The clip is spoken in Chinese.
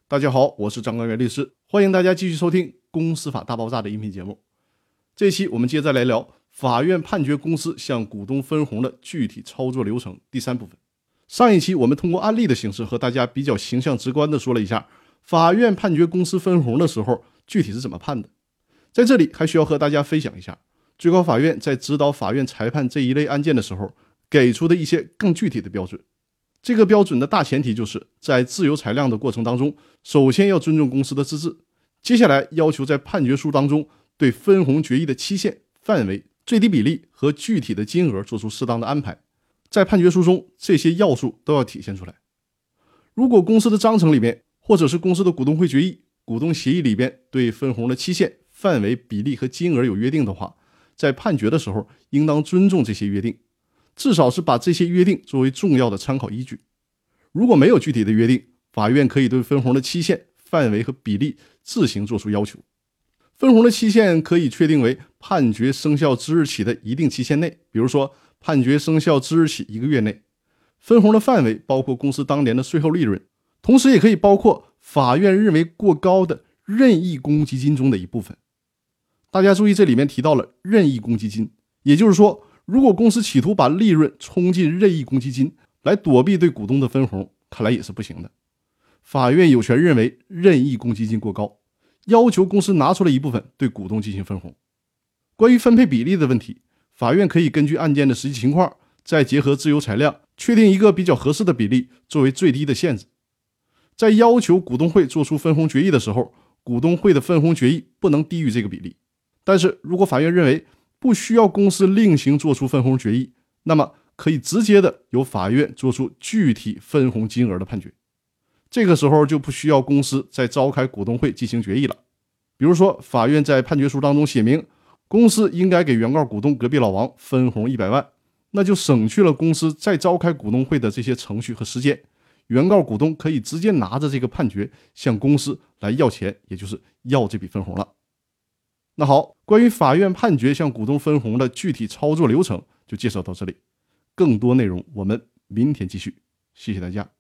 大家好，我是张刚元律师，欢迎大家继续收听《公司法大爆炸》的音频节目。这期我们接着来聊法院判决公司向股东分红的具体操作流程第3部分。上一期我们通过案例的形式和大家比较形象直观的说了一下法院判决公司分红的时候具体是怎么判的。在这里还需要和大家分享一下最高法院在指导法院裁判这一类案件的时候给出的一些更具体的标准。这个标准的大前提就是在自由裁量的过程当中，首先要尊重公司的自治，接下来要求在判决书当中对分红决议的期限、范围、最低比例和具体的金额做出适当的安排，在判决书中这些要素都要体现出来。如果公司的章程里面或者是公司的股东会决议、股东协议里边对分红的期限、范围、比例和金额有约定的话，在判决的时候应当尊重这些约定，至少是把这些约定作为重要的参考依据。如果没有具体的约定，法院可以对分红的期限、范围和比例自行作出要求。分红的期限可以确定为判决生效之日起的一定期限内，比如说判决生效之日起1个月内。分红的范围包括公司当年的税后利润，同时也可以包括法院认为过高的任意公积金中的一部分。大家注意，这里面提到了任意公积金，也就是说，如果公司企图把利润冲进任意公积金来躲避对股东的分红，看来也是不行的。法院有权认为任意公积金过高，要求公司拿出了一部分对股东进行分红。关于分配比例的问题，法院可以根据案件的实际情况，再结合自由裁量，确定一个比较合适的比例作为最低的限制。在要求股东会做出分红决议的时候，股东会的分红决议不能低于这个比例。但是如果法院认为不需要公司另行做出分红决议，那么可以直接的由法院做出具体分红金额的判决。这个时候就不需要公司再召开股东会进行决议了。比如说，法院在判决书当中写明公司应该给原告股东隔壁老王分红100万，那就省去了公司再召开股东会的这些程序和时间。原告股东可以直接拿着这个判决向公司来要钱，也就是要这笔分红了。那好，关于法院判决向股东分红的具体操作流程就介绍到这里，更多内容我们明天继续，谢谢大家。